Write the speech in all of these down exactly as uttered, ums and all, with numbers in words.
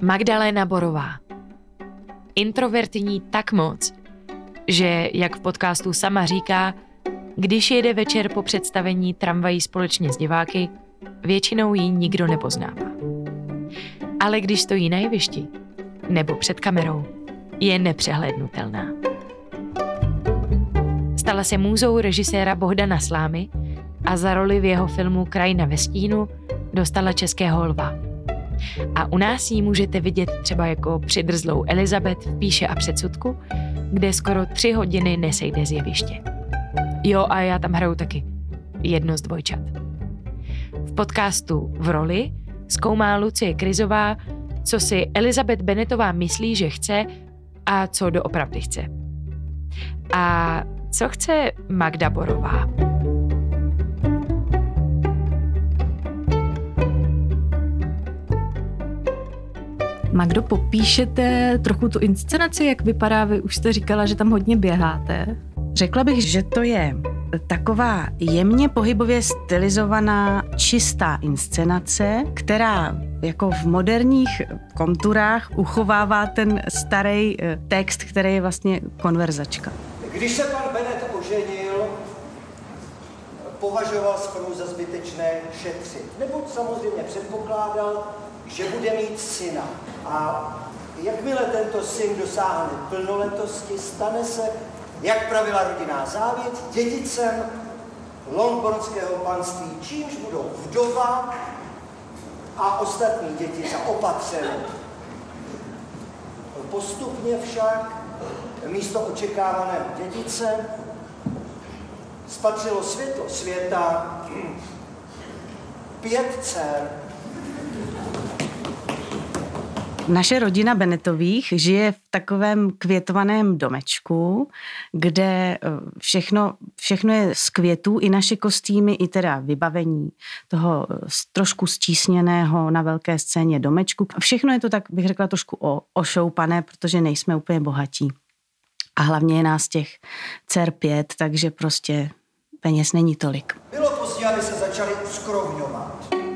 Magdalena Borová. Introvertní tak moc, že, jak v podcastu sama říká, když jede večer po představení tramvají společně s diváky, většinou ji nikdo nepoznává. Ale když stojí na jevišti nebo před kamerou, je nepřehlédnutelná. Stala se můzou režiséra Bohdana Slámy a za roli v jeho filmu Krajina ve stínu dostala Českého lva. A u nás ji můžete vidět třeba jako přidrzlou Elizabeth v Píše a předsudku, kde skoro tři hodiny nesejde z jeviště. Jo, a já tam hraju taky jedno z dvojčat. V podcastu V roli zkoumá Lucie Kryzová, co si Elizabeth Bennettová myslí, že chce a co doopravdy chce. A co chce Magda Borová? Magdo, popíšete trochu tu inscenaci, jak vypadá? Vy už jste říkala, že tam hodně běháte. Řekla bych, že to je taková jemně pohybově stylizovaná čistá inscenace, která jako v moderních konturách uchovává ten starý text, který je vlastně konverzačka. Když se pan Bennett oženil, považoval spolu za zbytečné šetřit. Nebo samozřejmě předpokládal, že bude mít syna. A jakmile tento syn dosáhne plnoletosti, stane se, jak pravila rodinná závěť, dědicem longbournského panství, čímž budou vdova a ostatní děti zaopatřeny. Postupně však místo očekávaného dědice spatřilo světlo světa pět dcer. Naše rodina Bennettových žije v takovém květovaném domečku, kde všechno, všechno je z květů, i naše kostýmy, i teda vybavení toho trošku stísněného na velké scéně domečku. Všechno je to tak, bych řekla, trošku o, ošoupané, protože nejsme úplně bohatí. A hlavně je nás těch dcer pět, takže prostě peněz není tolik. Bylo pozdě, aby se začali uskrovňovat.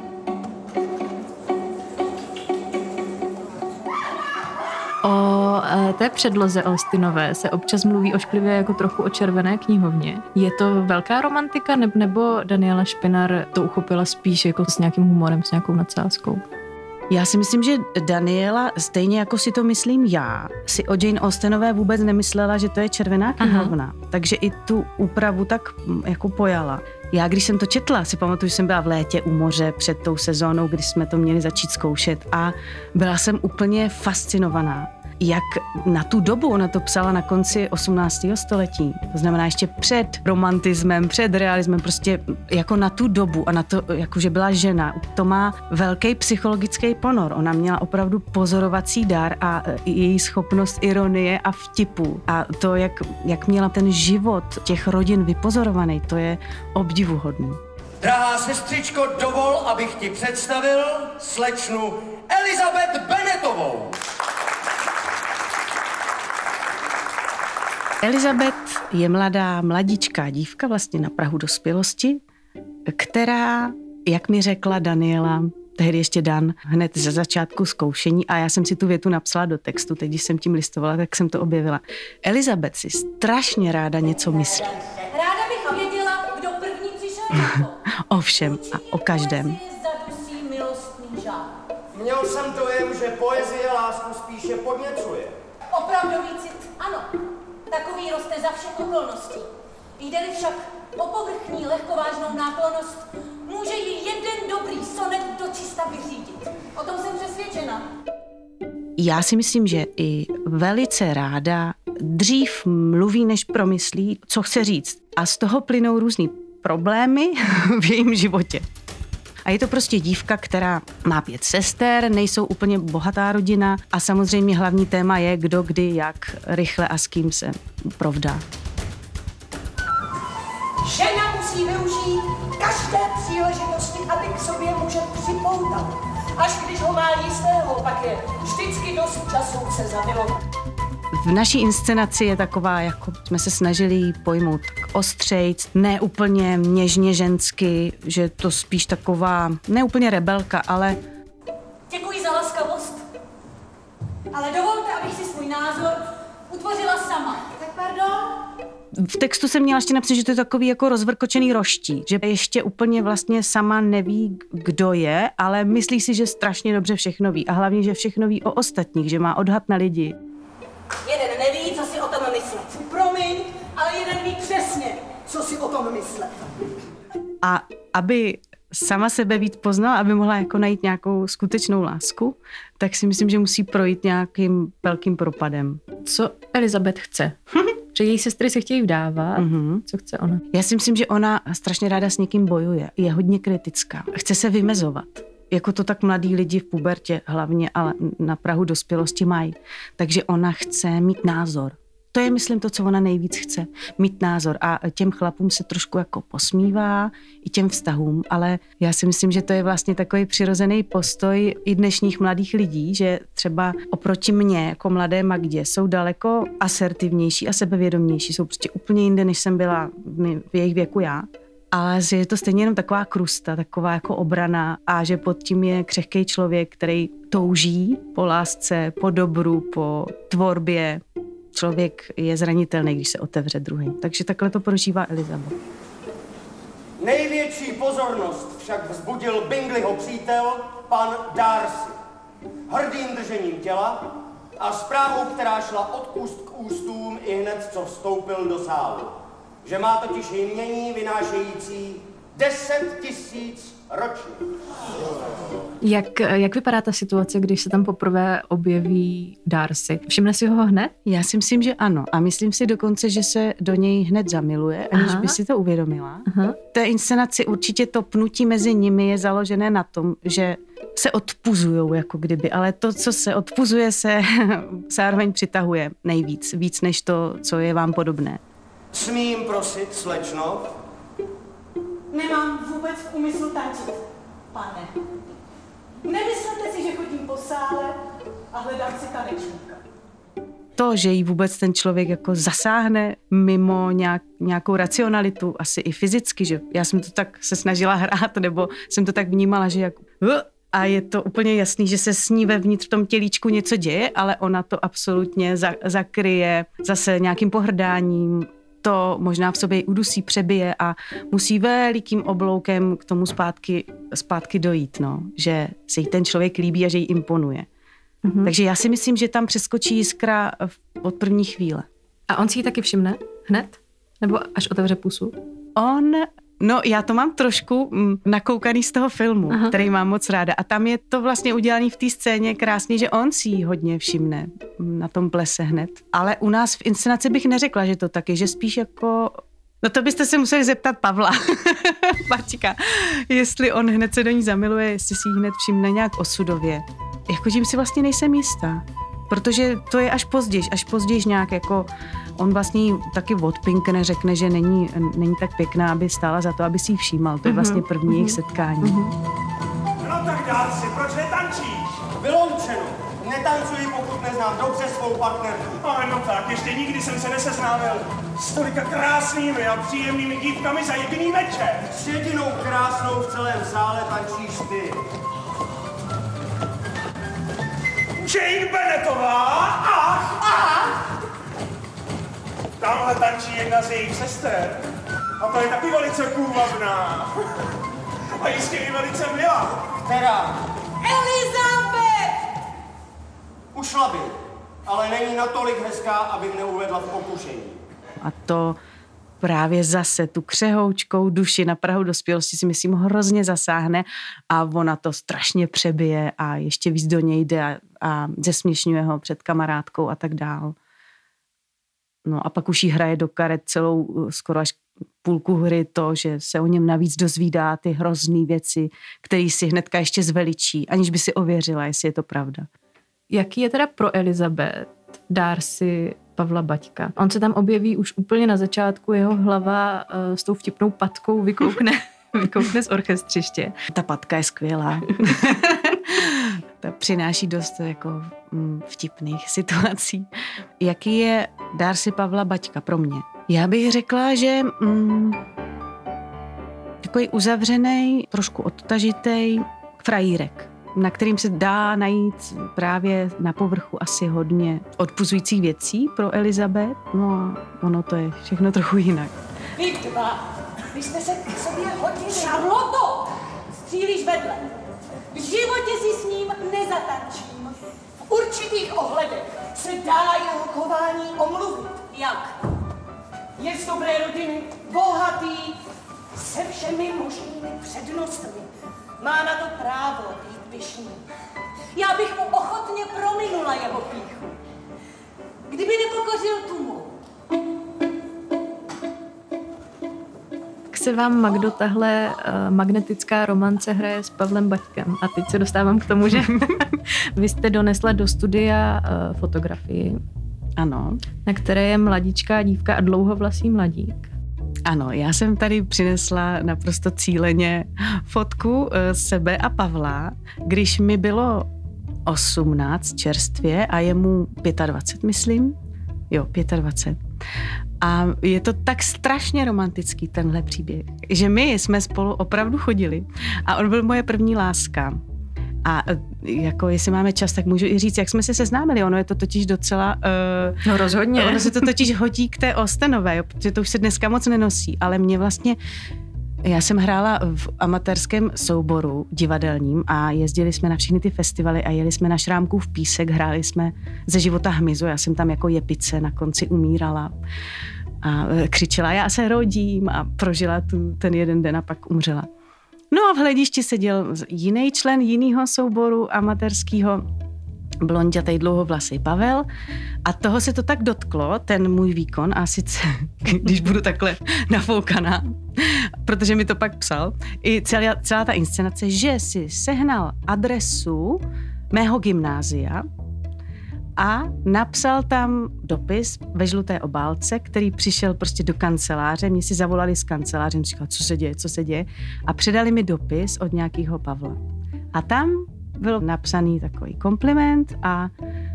O té předloze Austinové se občas mluví ošklivě jako trochu o červené knihovně. Je to velká romantika, nebo Daniela Špinar to uchopila spíš jako s nějakým humorem, s nějakou nadsázkou? Já si myslím, že Daniela, stejně jako si to myslím já, si o Jane Austenové vůbec nemyslela, že to je červená knihovna. Aha. Takže i tu úpravu tak jako pojala. Já, když jsem to četla, si pamatuju, že jsem byla v létě u moře před tou sezónou, kdy jsme to měli začít zkoušet a byla jsem úplně fascinovaná. Jak na tu dobu, ona to psala na konci osmnáctého století, to znamená ještě před romantismem, před realismem, prostě jako na tu dobu a na to, jako že byla žena, to má velký psychologický ponor. Ona měla opravdu pozorovací dar a její schopnost ironie a vtipu a to, jak, jak měla ten život těch rodin vypozorovaný, to je obdivuhodný. Drahá sestřičko, dovol, abych ti představil slečnu Elizabeth Bennettovou. Elizabeth je mladá, mladičká dívka, vlastně na prahu dospělosti, která, jak mi řekla Daniela, tehdy ještě Dan, hned ze začátku zkoušení, a já jsem si tu větu napsala do textu, teď když jsem tím listovala, tak jsem to objevila. Elizabeth si strašně ráda něco myslí. Ráda bych věděla, kdo první přišel na to. O všem a o každém. Měl jsem dojem, že poezie lásku spíše podněcuje. Opravdový cit, ano. Takový roste za všech okolností. Jde-li však o povrchní lehkovážnou náklonnost, může ji jeden dobrý sonet dočista vyřídit. O tom jsem přesvědčena. Já si myslím, že i velice ráda dřív mluví, než promyslí, co chce říct. A z toho plynou různý problémy v jejím životě. A je to prostě dívka, která má pět sester, nejsou úplně bohatá rodina a samozřejmě hlavní téma je, kdo, kdy, jak, rychle a s kým se provdá. Žena musí využít každé příležitosti, aby k sobě muže připoutat. Až když ho má jistého, pak je vždycky dost času se zamilovat. V naší inscenaci je taková, jako jsme se snažili pojmout tak ostřejc, ne úplně něžně žensky, že to spíš taková, ne úplně rebelka, ale... Děkuji za laskavost. Ale dovolte, abych si svůj názor utvořila sama. Tak pardon? V textu jsem měla ještě napsat, že to je takový jako rozvrkočený roští, že ještě úplně vlastně sama neví, kdo je, ale myslí si, že strašně dobře všechno ví a hlavně, že všechno ví o ostatních, že má odhad na lidi. Jeden neví, co si o tom myslet. Promiň, ale jeden ví přesně, co si o tom myslet. A aby sama sebe víc poznala, aby mohla jako najít nějakou skutečnou lásku, tak si myslím, že musí projít nějakým velkým propadem. Co Elizabeth chce? Že její sestry se chtějí vdávat. Mm-hmm. Co chce ona? Já si myslím, že ona strašně ráda s někým bojuje. Je hodně kritická. Chce se vymezovat. Jako to tak mladí lidi v pubertě hlavně, ale na prahu dospělosti mají. Takže ona chce mít názor. To je, myslím, to, co ona nejvíc chce. Mít názor. A těm chlapům se trošku jako posmívá, i těm vztahům, ale já si myslím, že to je vlastně takový přirozený postoj i dnešních mladých lidí, že třeba oproti mně, jako mladé Magdě, jsou daleko asertivnější a sebevědomější. Jsou prostě úplně jinde, než jsem byla v jejich věku já. Ale že je to stejně jenom taková krusta, taková jako obrana a že pod tím je křehký člověk, který touží po lásce, po dobru, po tvorbě. Člověk je zranitelný, když se otevře druhým. Takže takhle to prožívá Elizabeth. Největší pozornost však vzbudil Bingleyho přítel, pan Darcy. Hrdým držením těla a zprávou, která šla od úst k ústům i hned, co vstoupil do sálu. Že má totiž jmění vynášející deset tisíc ročně. Jak, jak vypadá ta situace, když se tam poprvé objeví Darcy? Všimne si ho hned? Já si myslím, že ano. A myslím si dokonce, že se do něj hned zamiluje, aniž Aha. by si to uvědomila. Aha. Té inscenaci určitě to pnutí mezi nimi je založené na tom, že se odpuzujou jako kdyby, ale to, co se odpuzuje, se zároveň přitahuje nejvíc. Víc než to, co je vám podobné. Smím prosit, slečno? Nemám vůbec v úmyslu tančit, pane. Nemyslete si, že chodím po sále a hledám si tanečníka. To, že jí vůbec ten člověk jako zasáhne mimo nějak, nějakou racionalitu, asi i fyzicky, že já jsem to tak se snažila hrát, nebo jsem to tak vnímala, že jako a je to úplně jasný, že se s ní vevnitř v tom tělíčku něco děje, ale ona to absolutně za, zakryje zase nějakým pohrdáním, to možná v sobě udusí, přebije a musí velikým obloukem k tomu zpátky, zpátky dojít, no. Že se jí ten člověk líbí a že jí imponuje. Mm-hmm. Takže já si myslím, že tam přeskočí jiskra od první chvíle. A on si ji taky všimne hned? Nebo až otevře pusu? On, no já to mám trošku mm, nakoukaný z toho filmu, Aha. který mám moc ráda. A tam je to vlastně udělaný v té scéně krásně, že on si ji hodně všimne na tom plese hned. Ale u nás v inscenaci bych neřekla, že to taky, že spíš jako... No to byste se museli zeptat Pavla, Barčíka, jestli on hned se do ní zamiluje, jestli si ji hned všimne nějak osudově. Jako tím si vlastně nejsem jistá, protože to je až později, až později nějak jako on vlastně taky odpinkne, řekne, že není, není tak pěkná, aby stála za to, aby si ji všímal. To je vlastně první mm-hmm. jejich setkání. Mm-hmm. No tak Darcy, proč netančíš? Vyloučeno. Netancuji, pokud neznám dobře svou partnerku. Ale no tak, ještě nikdy jsem se neseznámil s tolika krásnými a příjemnými dívkami za jediný večer. S jedinou krásnou v celém sále tančíš ty. Jane Bennettová, ach, ach! Tamhle tančí jedna z jejich sester. A to je taky velice půvabná. A jistě i velice milá. Která? Elizabeth! Ušla by, ale není natolik hezká, aby mě uvedla v pokušení. A to právě zase tu křehoučkou duši na prahu dospělosti si myslím hrozně zasáhne a ona to strašně přebije a ještě víc do něj jde a, a zesměšňuje ho před kamarádkou a tak dál. No a pak už jí hraje do karet celou skoro až půlku hry to, že se o něm navíc dozvídá ty hrozný věci, který si hnedka ještě zveličí, aniž by si ověřila, jestli je to pravda. Jaký je teda pro Elizabeth Darcy Pavla Baťka? On se tam objeví už úplně na začátku, jeho hlava uh, s tou vtipnou patkou vykoukne, vykoukne z orchestřiště. Ta patka je skvělá. Ta přináší dost jako mm, vtipných situací. Jaký je Darcy Pavla Baťka pro mě? Já bych řekla, že mm, takový uzavřenej, trošku odtažitej frajírek. na kterým se dá najít právě na povrchu asi hodně odpuzujících věcí pro Elizabeth. No a ono to je všechno trochu jinak. Vy dva, vy jste se k sobě hodili. Charloto, střílíš vedle. V životě si s ním nezatančím. V určitých ohledech se dá jeho chování omluvit. Jak? Je z dobré rodiny, bohatý, se všemi možnými přednostmi. Má na to právo být pyšný. Já bych mu ochotně prominula jeho pýchu. Kdyby nepokořil tu mou. Jak se vám, Magdo, tahle uh, magnetická romance hraje s Pavlem Baťkem? A teď se dostávám k tomu, že vy jste donesla do studia uh, fotografii. Ano. Na které je mladičká dívka a dlouhovlasý mladík. Ano, já jsem tady přinesla naprosto cíleně fotku sebe a Pavla, když mi bylo osmnáct čerstvě a je mu dvacet pět, myslím. Jo, dvacet pět. A je to tak strašně romantický tenhle příběh, že my jsme spolu opravdu chodili a on byl moje první láska. A jako jestli máme čas, tak můžu i říct, jak jsme se seznámili. Ono je to totiž docela... Uh, no rozhodně. Ono se to totiž hodí k té Austenové, protože to už se dneska moc nenosí, ale mě vlastně... Já jsem hrála v amatérském souboru divadelním a jezdili jsme na všechny ty festivaly a jeli jsme na Šrámkův písek, hráli jsme Ze života hmyzu, já jsem tam jako jepice na konci umírala a křičela, já se rodím a prožila tu, ten jeden den a pak umřela. No a v hledišti seděl jiný člen jiného souboru amatérského, blondětej dlouhovlasý Pavel a toho se to tak dotklo, ten můj výkon, a sice, když budu takhle nafoukaná, protože mi to pak psal, i celá, celá ta inscenace, že si sehnal adresu mého gymnázia a napsal tam dopis ve žluté obálce, který přišel prostě do kanceláře, mě si zavolali z kanceláře, říkal, co se děje, co se děje a předali mi dopis od nějakého Pavla. A tam byl napsaný takový kompliment a,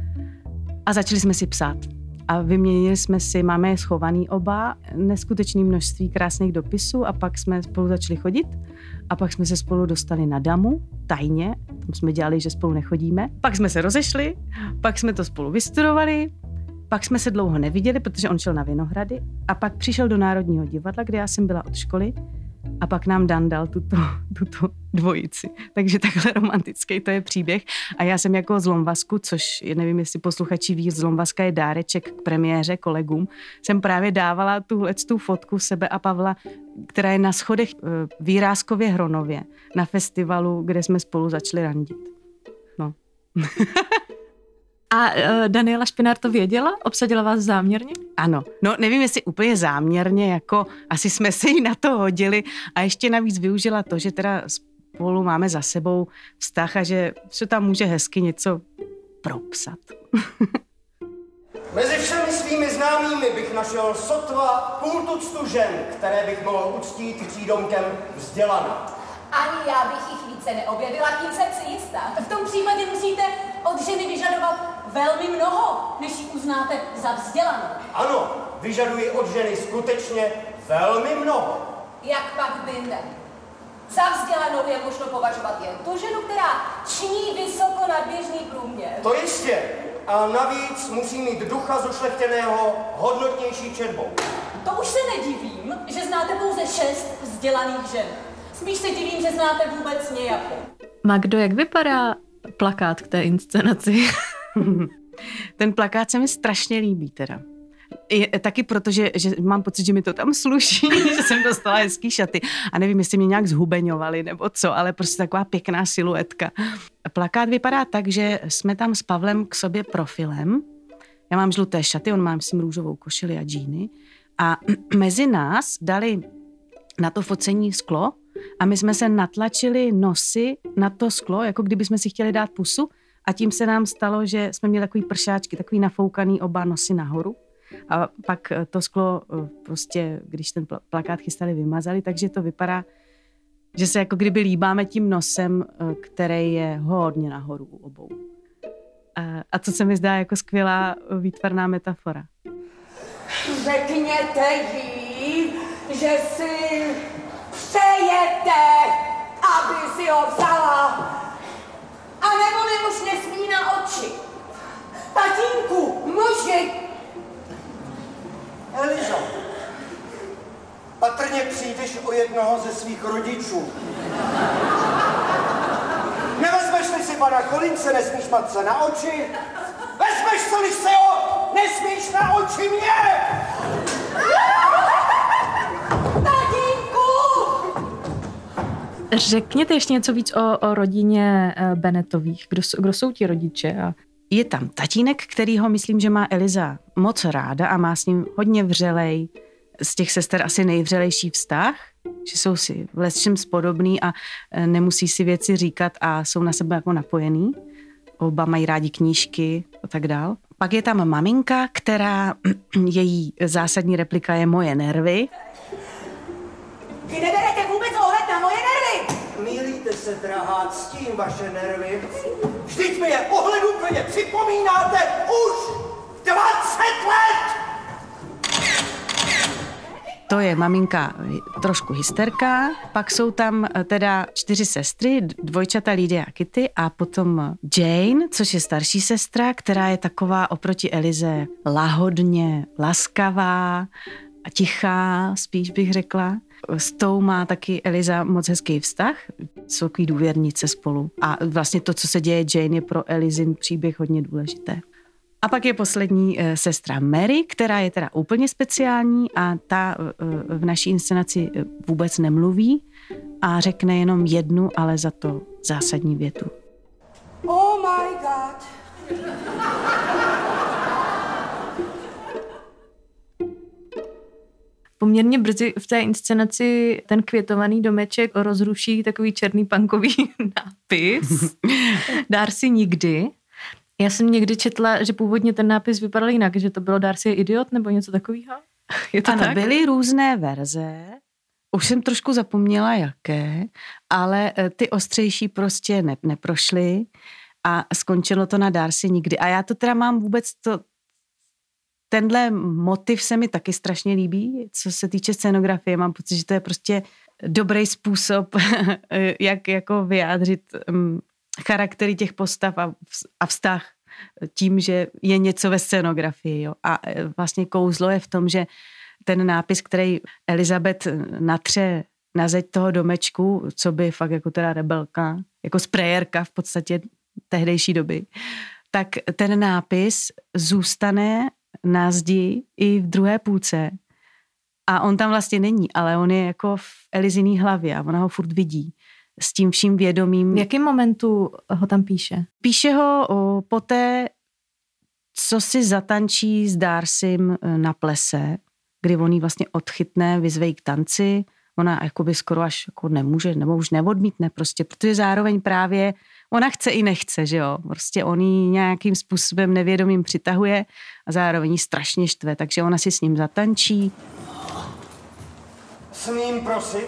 a začali jsme si psát. A vyměnili jsme si, máme je schovaný oba, neskutečné množství krásných dopisů a pak jsme spolu začali chodit a pak jsme se spolu dostali na damu, tajně, tam jsme dělali, že spolu nechodíme. Pak jsme se rozešli, pak jsme to spolu vystudovali, pak jsme se dlouho neviděli, protože on šel na Vinohrady a pak přišel do Národního divadla, kde já jsem byla od školy a pak nám Dan dal tuto, tuto dvojici. Takže takhle romantický to je příběh. A já jsem jako Zlomvasku, což nevím, jestli posluchači ví, Zlomvaska je dáreček k premiéře kolegům, jsem právě dávala tuhletu fotku sebe a Pavla, která je na schodech v Výrázkově Hronově, na festivalu, kde jsme spolu začali randit. No. A uh, Daniela Špinár to věděla? Obsadila vás záměrně? Ano. No nevím, jestli úplně záměrně, jako asi jsme se jí na to hodili a ještě navíc využila to, že teda spolu máme za sebou vztah a že se tam může hezky něco propsat. Mezi všemi svými známými bych našel sotva půl tuctu žen, které bych mohl uctít přídomkem vzdělaná. Ani já bych jich více neobjevila, tím jsem si jistá. V tom případě musíte od ženy vyžadovat velmi mnoho, než ji uznáte za vzdělanou. Ano, vyžaduji od ženy skutečně velmi mnoho. Jak pak binde? Za vzdělanou je možno považovat jen tu ženu, která činí vysoko nadběžný průměr. To jistě. A navíc musí mít ducha zušlechtěného hodnotnější četbou. To už se nedivím, že znáte pouze šest vzdělaných žen. Spíš se divím, že znáte vůbec nějakou. Magdo, jak vypadá plakát k té inscenaci? Ten plakát se mi strašně líbí teda. Je, taky proto, že, že mám pocit, že mi to tam sluší, že jsem dostala hezký šaty. A nevím, jestli mě nějak zhubeňovali nebo co, ale prostě taková pěkná siluetka. Plakát vypadá tak, že jsme tam s Pavlem k sobě profilem. Já mám žluté šaty, on má, myslím, růžovou košili a džíny. A mezi nás dali na to focení sklo a my jsme se natlačili nosy na to sklo, jako kdyby jsme si chtěli dát pusu a tím se nám stalo, že jsme měli takový pršáčky, takový nafoukaný oba nosy nahoru a pak to sklo prostě, když ten plakát chystali, vymazali, takže to vypadá, že se jako kdyby líbáme tím nosem, který je hodně nahoru u obou. A co se mi zdá jako skvělá výtvarná metafora. Řekněte jí, že si přejete, aby si ho vzala. nebo mi už nesmí na oči. Tatínku, muži! Elizo, patrně přijdeš o jednoho ze svých rodičů. Nevezmeš-li si pana Kolince, nesmíš matce na oči. Vezmeš-li si ho, nesmíš na oči mě! Tatínku! Řekněte ještě něco víc o, o rodině Bennettových. Kdo, kdo jsou ti rodiče? A... Je tam tatínek, kterýho myslím, že má Eliza moc ráda a má s ním hodně vřelej, z těch sester asi nejvřelejší vztah, že jsou si v lecčem podobný a nemusí si věci říkat a jsou na sebe jako napojený. Oba mají rádi knížky a tak dál. Pak je tam maminka, která její zásadní replika je moje nervy. Vy neberete vůbec ohled na moje nervy! Mýlíte se, drahá, ctím vaše nervy. Vždyť mi je ohleduplně připomínáte už dvacet let! To je maminka trošku hysterka, pak jsou tam teda čtyři sestry, dvojčata Lídia a Kitty a potom Jane, což je starší sestra, která je taková oproti Elize lahodně laskavá a tichá, spíš bych řekla. S tou má taky Eliza moc hezký vztah, jsou takový důvěrnice spolu. A vlastně to, co se děje Jane, je pro Elizin příběh hodně důležité. A pak je poslední e, sestra Mary, která je teda úplně speciální a ta e, v naší inscenaci vůbec nemluví a řekne jenom jednu, ale za to zásadní větu. Oh my God! Poměrně brzy v té inscenaci ten květovaný domeček rozruší takový černý punkový nápis. Darcy nikdy. Já jsem někdy četla, že původně ten nápis vypadal jinak, že to bylo Darcy je idiot nebo něco takového. Je to ano, tak? byly různé verze, už jsem trošku zapomněla jaké, ale ty ostřejší prostě ne, neprošly a skončilo to na Darcy nikdy. A já to teda mám vůbec to, tenhle motiv se mi taky strašně líbí, co se týče scenografie. Mám pocit, že to je prostě dobrý způsob, jak jako vyjádřit um, charaktery těch postav a, a vztah tím, že je něco ve scenografii. Jo. A vlastně kouzlo je v tom, že ten nápis, který Elizabeth natře na zeď toho domečku, co by fakt jako teda rebelka, jako sprayerka v podstatě tehdejší doby, tak ten nápis zůstane na zdi i v druhé půlce. A on tam vlastně není, ale on je jako v Eliziný hlavě a ona ho furt vidí. S tím vším vědomím. V jakém momentu ho tam píše? Píše ho o, poté, co si zatančí s Darcym na plese, kdy on jí vlastně odchytne, vyzve jí k tanci. Ona jakoby skoro až jako nemůže, nebo už neodmítne prostě, protože zároveň právě ona chce i nechce, že jo. Prostě on jí nějakým způsobem nevědomým přitahuje a zároveň jí strašně štve, takže ona si s ním zatančí. Smím prosit?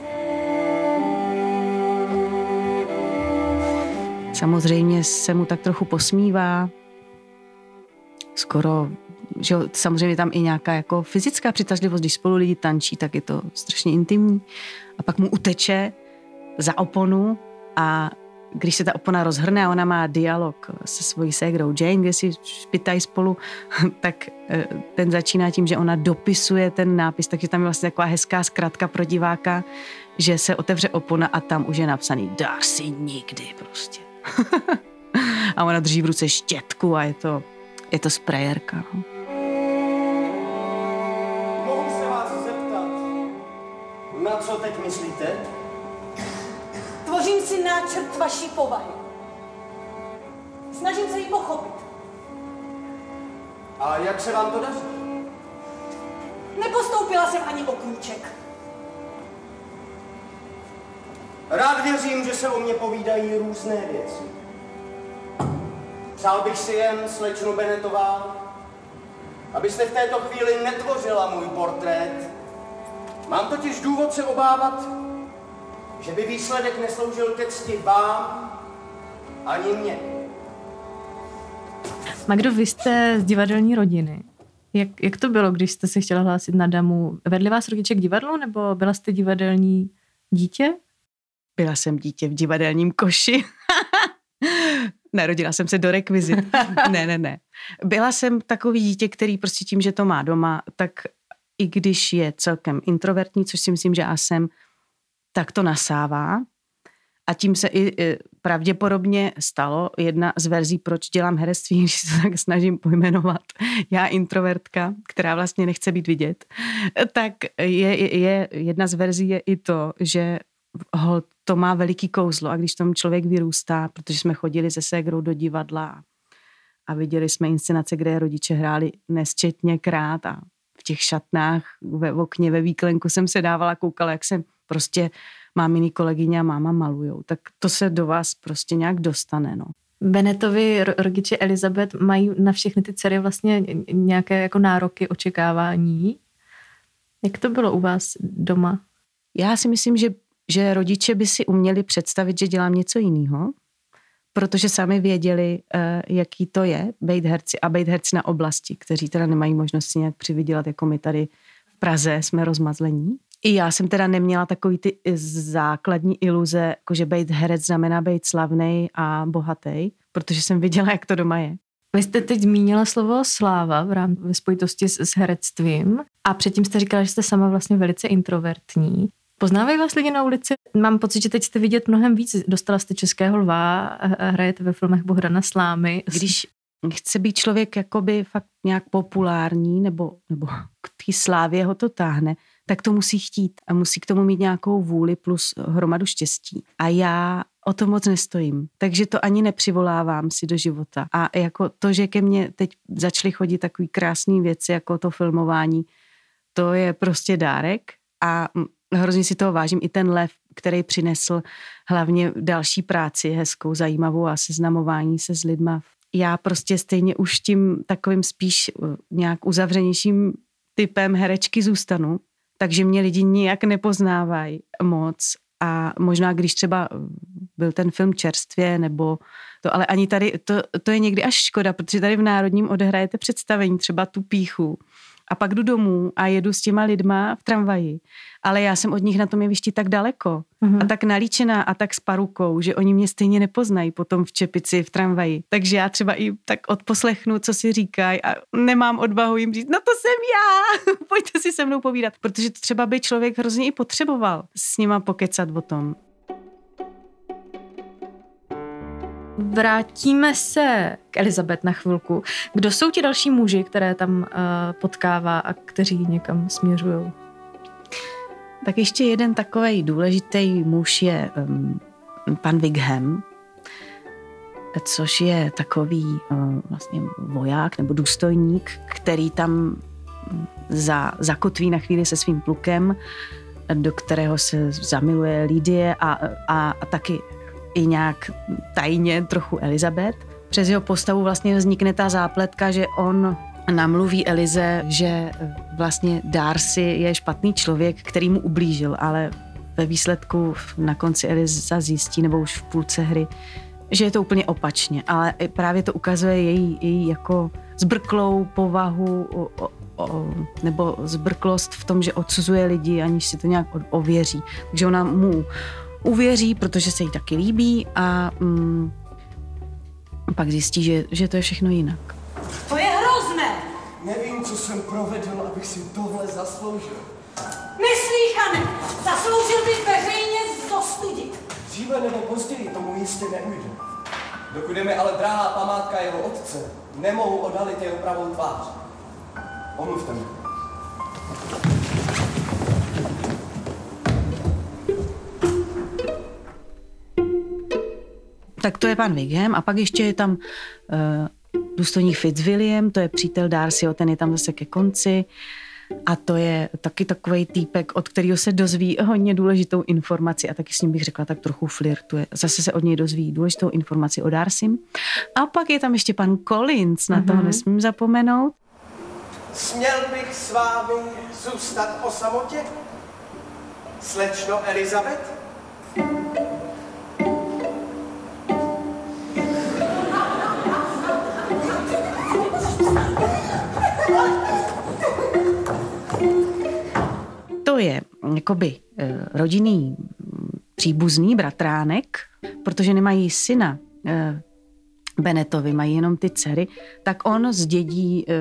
Samozřejmě se mu tak trochu posmívá. Skoro, že jo, samozřejmě tam i nějaká jako fyzická přitažlivost, když spolu lidi tančí, tak je to strašně intimní. A pak mu uteče za oponu a když se ta opona rozhrne a ona má dialog se svojí ségrou Jane, kde si špitají spolu, tak ten začíná tím, že ona dopisuje ten nápis, takže tam je vlastně taková hezká zkratka pro diváka, že se otevře opona a tam už je napsaný Darcy nikdy prostě. A ona drží v ruce štětku a je to, je to sprayerka. No. Mohu se vás zeptat, na co teď myslíte? Tvořím si náčrt vaší povahy. Snažím se ji pochopit. A jak se vám to daří? Nepostoupila jsem ani o krůček. Rád věřím, že se o mě povídají různé věci. Přál bych si jen, slečno Bennettová, abyste v této chvíli netvořila můj portrét. Mám totiž důvod se obávat, že by výsledek nesloužil ke cti vám ani mě. Magdo, vy jste z divadelní rodiny. Jak, jak to bylo, když jste se chtěla hlásit na damu? Vedli vás rodiče k divadlu, nebo byla jste divadelní dítě? Byla jsem dítě v divadelním koši. Narodila jsem se do rekvizit. ne, ne, ne. Byla jsem takový dítě, který prostě tím, že to má doma, tak i když je celkem introvertní, což si myslím, že já jsem, tak to nasává. A tím se i, i pravděpodobně stalo jedna z verzí, proč dělám herectví, když se tak snažím pojmenovat. Já introvertka, která vlastně nechce být vidět. Tak je, je jedna z verzí je i to, že ho, to má veliký kouzlo a když tomu člověk vyrůstá, protože jsme chodili se ségrou do divadla a viděli jsme inscenace, kde rodiče hráli nesčetněkrát a v těch šatnách ve okně ve výklenku jsem se dávala, koukala, jak jsem prostě máminy kolegyně a máma malujou. Tak to se do vás prostě nějak dostane, no. Bennettovi rodiče Elizabeth mají na všechny ty dcery vlastně nějaké jako nároky, očekávání. Jak to bylo u vás doma? Já si myslím, že, že rodiče by si uměli představit, že dělám něco jiného, protože sami věděli, jaký to je být herci a být herci na oblasti, kteří teda nemají možnost si nějak přivydělat, jako my tady v Praze jsme rozmazlení. I já jsem teda neměla takový ty základní iluze, jako že být herec znamená být slavnej a bohatý, protože jsem viděla, jak to doma je. Vy jste teď zmínila slovo sláva v rámci ve spojitosti s, s herectvím a předtím jste říkala, že jste sama vlastně velice introvertní. Poznávají vás lidi na ulici? Mám pocit, že teď jste vidět mnohem víc. Dostala jste Českého lva, hrajete ve filmech Bohdana Slámy. Když chce být člověk jakoby fakt nějak populární nebo, nebo k té slávě ho to táhne, tak to musí chtít a musí k tomu mít nějakou vůli plus hromadu štěstí. A já o to moc nestojím, takže to ani nepřivolávám si do života. A jako to, že ke mně teď začaly chodit takový krásný věci, jako to filmování, to je prostě dárek a hrozně si toho vážím. I ten lev, který přinesl hlavně další práci hezkou, zajímavou a seznamování se s lidma. Já prostě stejně už tím takovým spíš nějak uzavřenějším typem herečky zůstanu, takže mě lidi nijak nepoznávají moc a možná když třeba byl ten film čerstvě nebo to, ale ani tady, to, to je někdy až škoda, protože tady v Národním odehrajete představení, třeba tu Píchu a pak jdu domů a jedu s těma lidma v tramvaji, ale já jsem od nich na tom jevišti tak daleko mm-hmm. a tak nalíčená a tak s parukou, že oni mě stejně nepoznají potom v čepici, v tramvaji. Takže já třeba i tak odposlechnu, co si říkají a nemám odvahu jim říct, no to jsem já, pojďte si se mnou povídat, protože to třeba by člověk hrozně i potřeboval s nima pokecat o tom. Vrátíme se k Elizabeth na chvilku. Kdo jsou ti další muži, které tam uh, potkává a kteří někam směřují? Tak ještě jeden takovej důležitý muž je um, pan Wigham, což je takový uh, vlastně voják nebo důstojník, který tam za, zakotví na chvíli se svým plukem, do kterého se zamiluje Lydie a, a, a taky i nějak tajně trochu Elizabeth. Přes jeho postavu vlastně vznikne ta zápletka, že on namluví Elize, že vlastně Darcy je špatný člověk, který mu ublížil, ale ve výsledku na konci Eliza zjistí, nebo už v půlce hry, že je to úplně opačně, ale právě to ukazuje její, její jako zbrklou povahu o, o, o, nebo zbrklost v tom, že odsuzuje lidi, aniž si to nějak ověří. Takže ona mu uvěří, protože se jí taky líbí a mm, pak zjistí, že, že to je všechno jinak. To je hrozné! Nevím, co jsem provedl, abych si tohle zasloužil. Neslýchané! Zasloužil bys veřejně zostudit. Dříve nebo později tomu jistě neujde. Dokud je mi ale drahá památka jeho otce, nemohu odhalit jeho pravou tvář. Omluvte mě. Tak to je pan Wigham a pak ještě je tam uh, důstojník Fitzwilliam, to je přítel Darcyho, ten je tam zase ke konci a to je taky takovej týpek, od kterého se dozví hodně důležitou informaci a taky s ním bych řekla tak trochu flirtuje. Zase se od něj dozví důležitou informaci o Darcym. A pak je tam ještě pan Collins, na mm-hmm. toho nesmím zapomenout. Směl bych s vámi zůstat o samotě? Slečno Elizabeth? To je jakoby rodinný příbuzný bratránek, protože nemají syna eh, Bennettovi, mají jenom ty dcery, tak on zdědí eh,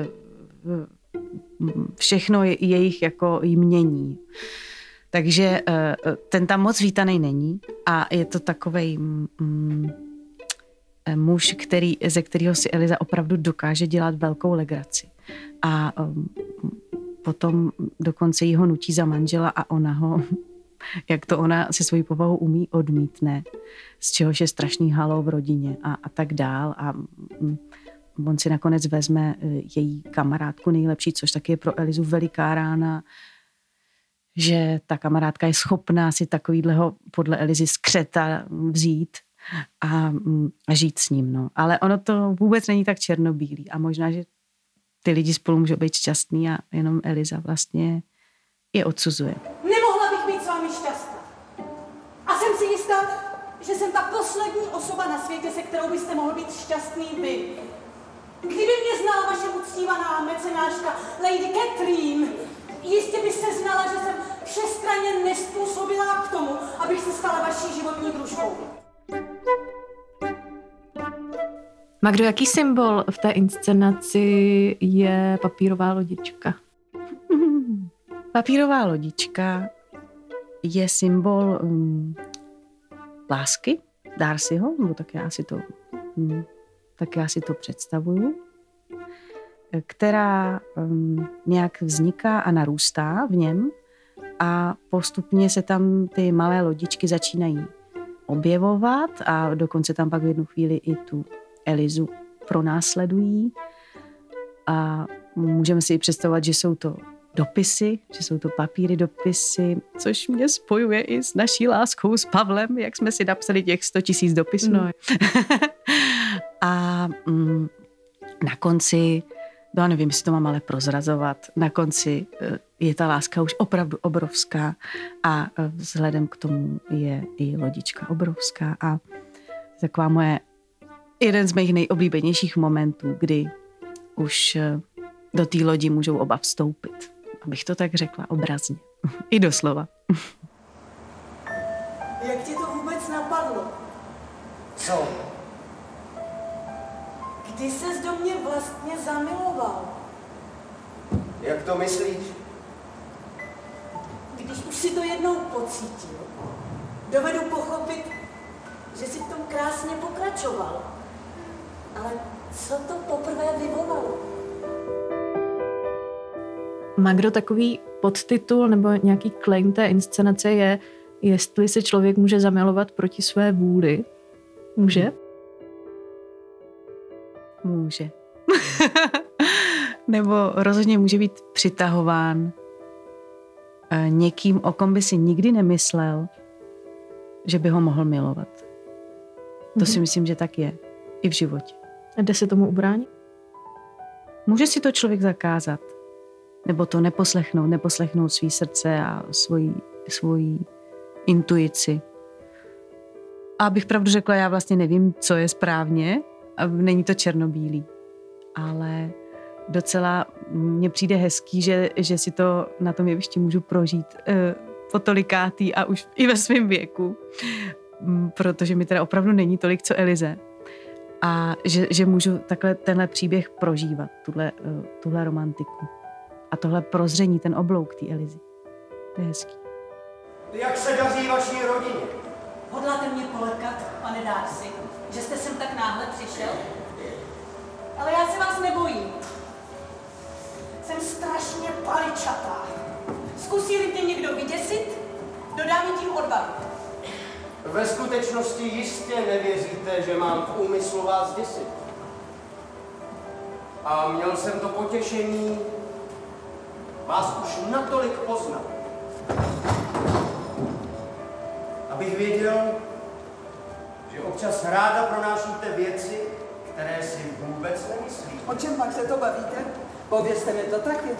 všechno jejich jako jmění. Takže eh, ten tam moc vítaný není a je to takovej mm, muž, který, ze kterého si Eliza opravdu dokáže dělat velkou legraci. A um, potom dokonce jí ho nutí za manžela a ona ho, jak to ona se svojí povahou umí, odmítne, z čehož je strašný haló v rodině a, a tak dál. A um, on si nakonec vezme její kamarádku nejlepší, což taky je pro Elizu veliká rána, že ta kamarádka je schopná si takovýhleho podle Elizy skřeta vzít a, a žít s ním. No. Ale ono to vůbec není tak černobílý a možná, že ty lidi spolu můžou být šťastný a jenom Eliza vlastně je odsuzuje. Nemohla bych být s vámi šťastná. A jsem si jistá, že jsem ta poslední osoba na světě, se kterou byste mohl být šťastný vy. Kdyby mě znala vaše uctívaná mecenáška Lady Catherine, jistě byste znala, že jsem všestranně nespůsobila k tomu, abych se stala vaší životní družkou. Magdo, jaký symbol v té inscenaci je papírová lodička? Papírová lodička je symbol um, lásky Darcyho, nebo tak já si to, um, tak já si to představuju, která um, nějak vzniká a narůstá v něm a postupně se tam ty malé lodičky začínají objevovat a dokonce tam pak v jednu chvíli i tu Elizu pronásledují a můžeme si i představovat, že jsou to dopisy, že jsou to papíry, dopisy, což mě spojuje i s naší láskou s Pavlem, jak jsme si napsali těch sto tisíc dopisů. No. A mm, na konci, no nevím, jestli to mám ale prozrazovat, na konci je ta láska už opravdu obrovská a vzhledem k tomu je i lodička obrovská a taková moje jeden z mých nejoblíbenějších momentů, kdy už do té lodi můžou oba vstoupit. Abych to tak řekla obrazně. I doslova. Jak ti to vůbec napadlo? Co? Kdy ses do mě vlastně zamiloval? Jak to myslíš? Když už si to jednou pocítil, dovedu pochopit, že si v tom krásně pokračoval. Ale co to poprvé vyvolalo? Magdo, takový podtitul nebo nějaký claim té inscenace je, jestli se člověk může zamilovat proti své vůli. Může? Může. Nebo rozhodně může být přitahován někým, o kom by si nikdy nemyslel, že by ho mohl milovat. To si myslím, že tak je. I v životě. A jde se tomu ubránit? Může si to člověk zakázat. Nebo to neposlechnout, neposlechnout svý srdce a svoji, svoji intuici. A abych pravdu řekla, já vlastně nevím, co je správně. A není to černobílý. Ale docela mně přijde hezký, že, že si to na tom jevišti můžu prožít eh, po tolikátý a už i ve svém věku. Protože mi teda opravdu není tolik, co Elize. A že, že můžu takhle tenhle příběh prožívat, tuhle, uh, tuhle romantiku. A tohle prozření, ten oblouk té Elizy. To je hezký. Jak se daří vaší rodině? Hodláte mě polekat, pane Darcy, že jste sem tak náhle přišel? Ale já se vás nebojím. Jsem strašně paličatá. Zkusí-li mě někdo vyděsit, dodám mi tím odvahu. Ve skutečnosti jistě nevěříte, že mám v úmyslu vás děsit. A měl jsem to potěšení vás už natolik poznat, abych věděl, že občas ráda pronášíte věci, které si vůbec nemyslíte. O čem pak se to bavíte? Povězte mi to taky.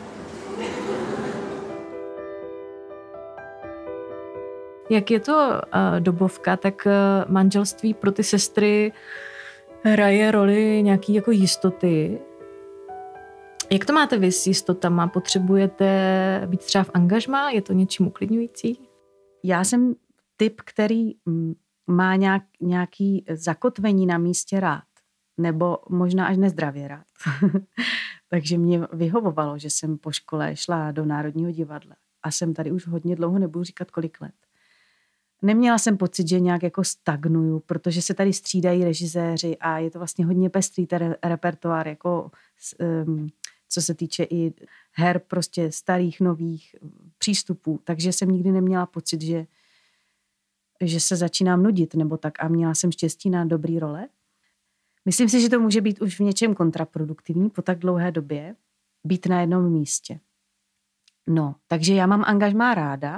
Jak je to uh, dobovka, tak uh, manželství pro ty sestry hraje roli nějaký jako jistoty. Jak to máte vy s jistotama? Potřebujete být třeba v angažmá? Je to něčím uklidňující? Já jsem typ, který má nějak, nějaký zakotvení na místě rád. Nebo možná až nezdravě rád. Takže mě vyhovovalo, že jsem po škole šla do Národního divadla. A jsem tady už hodně dlouho, nebudu říkat kolik let. Neměla jsem pocit, že nějak jako stagnuju, protože se tady střídají režiséři a je to vlastně hodně pestrý ten repertoár, jako um, co se týče i her prostě starých, nových přístupů. Takže jsem nikdy neměla pocit, že, že se začínám nudit nebo tak a měla jsem štěstí na dobrý role. Myslím si, že to může být už v něčem kontraproduktivní po tak dlouhé době být na jednom místě. No, takže já mám angažmá ráda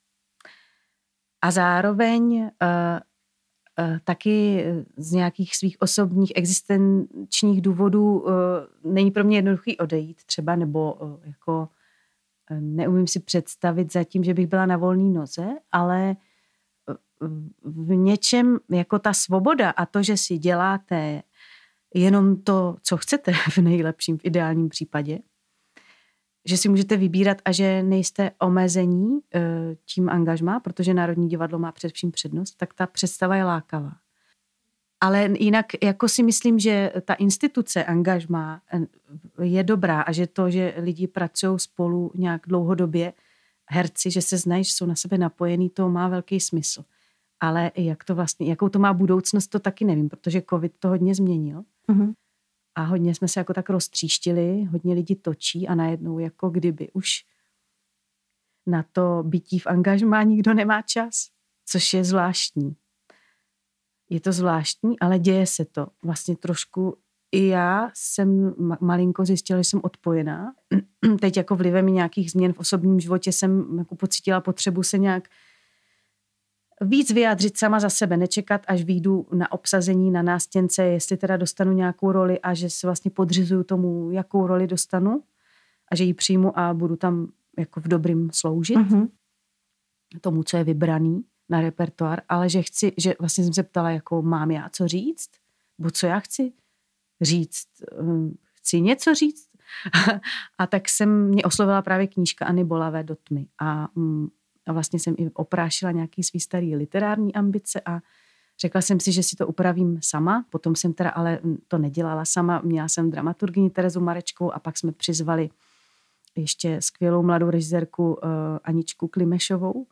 a zároveň uh, uh, taky z nějakých svých osobních existenčních důvodů uh, není pro mě jednoduchý odejít třeba, nebo uh, jako uh, neumím si představit zatím, že bych byla na volné noze, ale v něčem jako ta svoboda a to, že si děláte jenom to, co chcete v nejlepším, v ideálním případě, že si můžete vybírat a že nejste omezení tím angažmá, protože Národní divadlo má především přednost, tak ta představa je lákavá. Ale jinak jako si myslím, že ta instituce angažmá je dobrá a že to, že lidi pracují spolu nějak dlouhodobě, herci, že se znají, že jsou na sebe napojení, to má velký smysl. Ale jak to vlastně, jakou to má budoucnost, to taky nevím, protože covid to hodně změnil. Uh-huh. A hodně jsme se jako tak roztříštili, hodně lidí točí a najednou jako kdyby už na to bytí v angažmá nikdo nemá čas, což je zvláštní. Je to zvláštní, ale děje se to. Vlastně trošku i já jsem malinko zjistila, že jsem odpojená. Teď jako vlivem nějakých změn v osobním životě jsem jako pocítila potřebu se nějak víc vyjádřit sama za sebe, nečekat, až vyjdu na obsazení, na nástěnce, jestli teda dostanu nějakou roli a že se vlastně podřizuju tomu, jakou roli dostanu a že ji přijmu a budu tam jako v dobrým sloužit uh-huh. tomu, co je vybraný na repertoár, ale že chci, že vlastně jsem se ptala, jako mám já co říct, bo co já chci říct, chci něco říct a tak jsem, mě oslovila právě knížka Anny Bolavé Do tmy a A vlastně jsem i oprášila nějaký svý starý literární ambice a řekla jsem si, že si to upravím sama. Potom jsem teda ale to nedělala sama. Měla jsem dramaturgyni Terezu Marečkovou a pak jsme přizvali ještě skvělou mladou režisérku uh, Aničku Klimešovou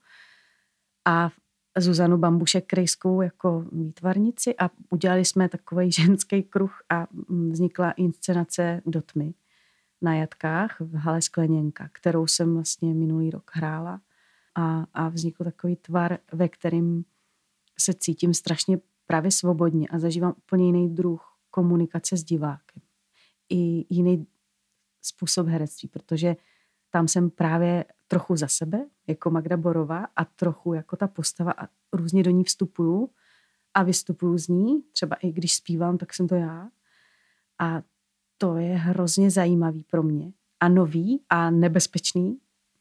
a Zuzanu Bambušek-Krejskou jako výtvarnici a udělali jsme takový ženský kruh a vznikla inscenace Do tmy na Jatkách v hale Skleněnka, kterou jsem vlastně minulý rok hrála. A, a vznikl takový tvar, ve kterým se cítím strašně právě svobodně a zažívám úplně jiný druh komunikace s divákem. I jiný způsob herectví, protože tam jsem právě trochu za sebe, jako Magda Borová a trochu jako ta postava a různě do ní vstupuju a vystupuju z ní. Třeba i když zpívám, tak jsem to já. A to je hrozně zajímavý pro mě. A nový a nebezpečný.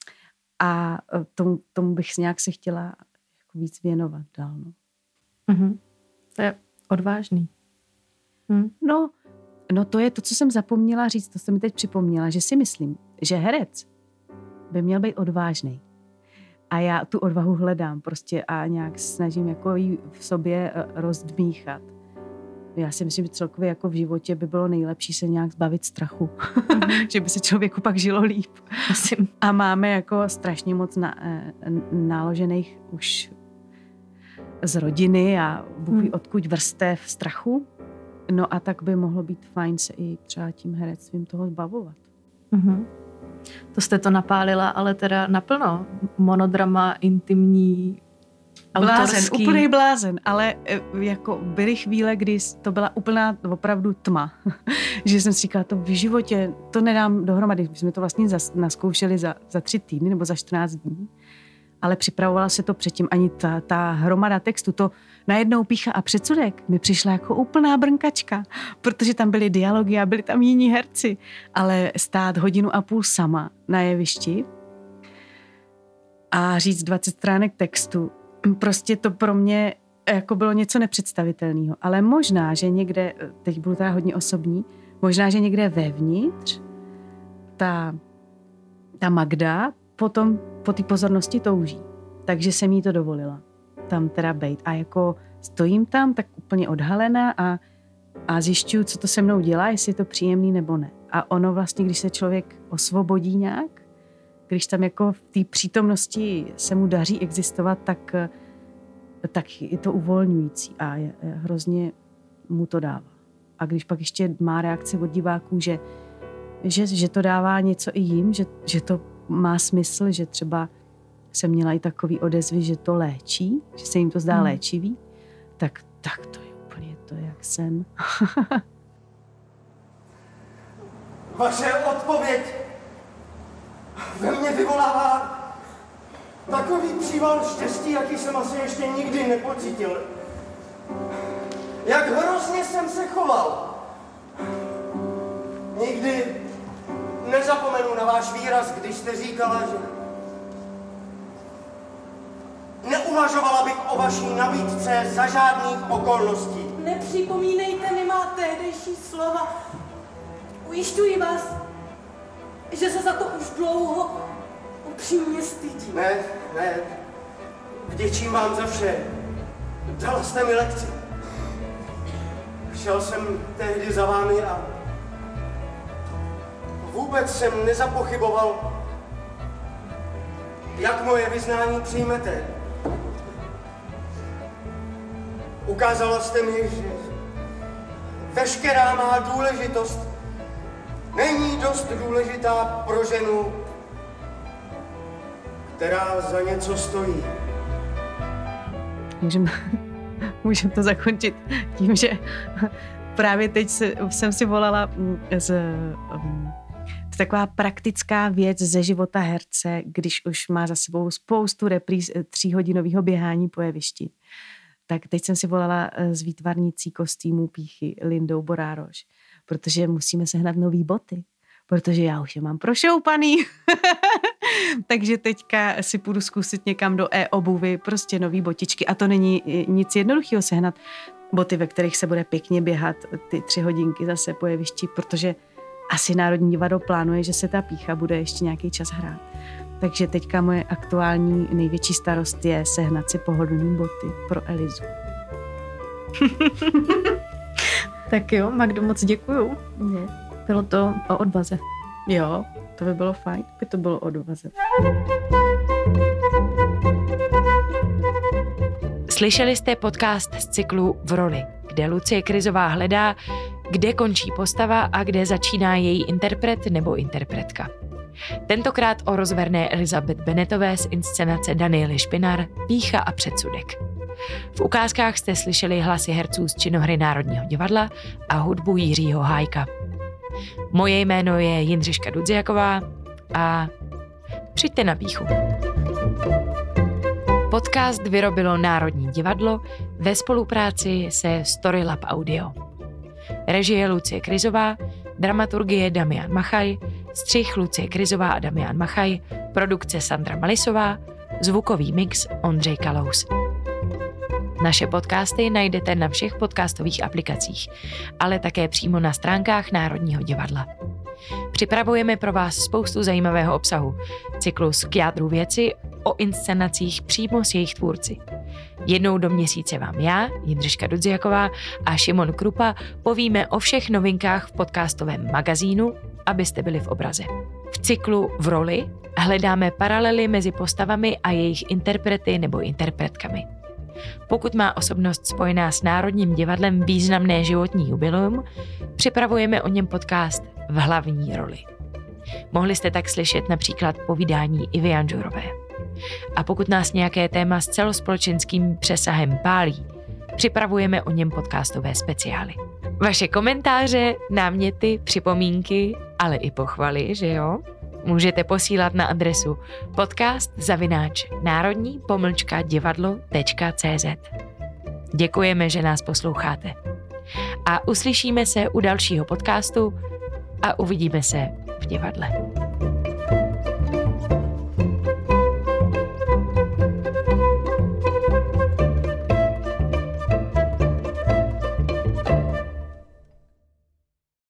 A tomu, tomu bych nějak se chtěla jako víc věnovat dál. No. Mm-hmm. To je odvážný. Hm. No, no to je to, co jsem zapomněla říct, to jsem mi teď připomněla, že si myslím, že herec by měl být odvážný. A já tu odvahu hledám prostě a nějak snažím jako ji v sobě rozdmíchat. Já si myslím, že celkově jako v životě by bylo nejlepší se nějak zbavit strachu. Mm-hmm. Že by se člověku pak žilo líp. Asi. A máme jako strašně moc na, náložených už z rodiny a bůh ví odkud vrstev strachu. No a tak by mohlo být fajn se i třeba tím herectvím toho zbavovat. Mm-hmm. To jste to napálila, ale teda naplno. Monodrama, intimní, blázen, úplný blázen, ale jako byly chvíle, kdy to byla úplná opravdu tma. Že jsem si říkala, to v životě, to nedám dohromady. My jsme to vlastně zas, naskoušeli za, za tři týdny nebo za čtrnáct dní. Ale připravovala se to předtím ani ta, ta hromada textu, to najednou pícha a předsudek mi přišla jako úplná brnkačka, protože tam byly dialogy a byli tam jiní herci, ale stát hodinu a půl sama na jevišti a říct dvacet stránek textu, prostě to pro mě jako bylo něco nepředstavitelného. Ale možná, že někde, teď budu teda hodně osobní, možná, že někde vevnitř ta, ta Magda potom po té pozornosti touží. Takže jsem jí to dovolila tam teda bejt. A jako stojím tam tak úplně odhalená a, a zjišťuju, co to se mnou dělá, jestli je to příjemný nebo ne. A ono vlastně, když se člověk osvobodí nějak, když tam jako v té přítomnosti se mu daří existovat, tak, tak je to uvolňující a je, je, hrozně mu to dává. A když pak ještě má reakce od diváků, že, že, že to dává něco i jim, že, že to má smysl, že třeba jsem měla i takový odezvy, že to léčí, že se jim to zdá hmm. léčivý, tak, tak to je úplně to, jak sen. Vaše odpověď ve mně vyvolává takový příval štěstí, jaký jsem asi ještě nikdy nepocítil. Jak hrozně jsem se choval. Nikdy nezapomenu na váš výraz, když jste říkala, že neuvažovala bych o vaší nabídce za žádných okolností. Nepřipomínejte mi má tehdejší slova. Ujišťuji vás, že se za to už dlouho upřímně stydím. Ne, ne. Vděčím vám za vše. Dala jste mi lekci. Šel jsem tehdy za vámi a vůbec jsem nezapochyboval, jak moje vyznání přijmete. Ukázala jste mi, že veškerá má důležitost není dost důležitá pro ženu, která za něco stojí. Můžeme můžem to zakončit tím, že právě teď se, jsem si volala z, um, taková praktická věc ze života herce, když už má za sebou spoustu repríz tříhodinového běhání po jevišti. Tak teď jsem si volala s výtvarnicí kostýmů Píchy Lindou Borároš, protože musíme sehnat nový boty, protože já už je mám prošoupaný. Takže teďka si půjdu zkusit někam do e-obuvy, prostě nový botičky. A to není nic jednoduchého sehnat boty, ve kterých se bude pěkně běhat ty tři hodinky zase po jevišti, protože asi Národní divadlo plánuje, že se ta Pícha bude ještě nějaký čas hrát. Takže teďka moje aktuální největší starost je sehnat si pohodlný boty pro Elizu. Tak jo, Magdo, moc děkuju. Je. Bylo to o odvaze. Jo, to by bylo fajn, by to bylo o odvaze. Slyšeli jste podcast z cyklu V roli, kde Lucie Kryzová hledá, kde končí postava a kde začíná její interpret nebo interpretka. Tentokrát o rozverné Elizabeth Bennetové z inscenace Daniely Špinar, Pýcha a předsudek. V ukázkách jste slyšeli hlasy herců z činohry Národního divadla a hudbu Jiřího Hájka. Moje jméno je Jindřiška Dudziaková a přijďte na Pýchu. Podcast vyrobilo Národní divadlo ve spolupráci se Storylab Audio. Režie Lucie Kryzová, dramaturgie Damian Machaj, střih Lucie Kryzová a Damian Machaj, produkce Sandra Malisová, zvukový mix Ondřej Kalous. Naše podcasty najdete na všech podcastových aplikacích, ale také přímo na stránkách Národního divadla. Připravujeme pro vás spoustu zajímavého obsahu. Cyklus K jádru věci o inscenacích přímo s jejich tvůrci. Jednou do měsíce vám já, Jindřiška Dudziaková a Šimon Krupa povíme o všech novinkách v podcastovém magazínu, abyste byli v obraze. V cyklu V roli hledáme paralely mezi postavami a jejich interprety nebo interpretkami. Pokud má osobnost spojená s Národním divadlem významné životní jubileum, připravujeme o něm podcast V hlavní roli. Mohli jste tak slyšet například povídání Ivy Janžurové. A pokud nás nějaké téma s celospolečenským přesahem pálí, připravujeme o něm podcastové speciály. Vaše komentáře, náměty, připomínky, ale i pochvaly, že jo? Můžete posílat na adresu podcast zavináč národní pomlčka divadlo tečka cé zet. Děkujeme, že nás posloucháte. A uslyšíme se u dalšího podcastu a uvidíme se v divadle.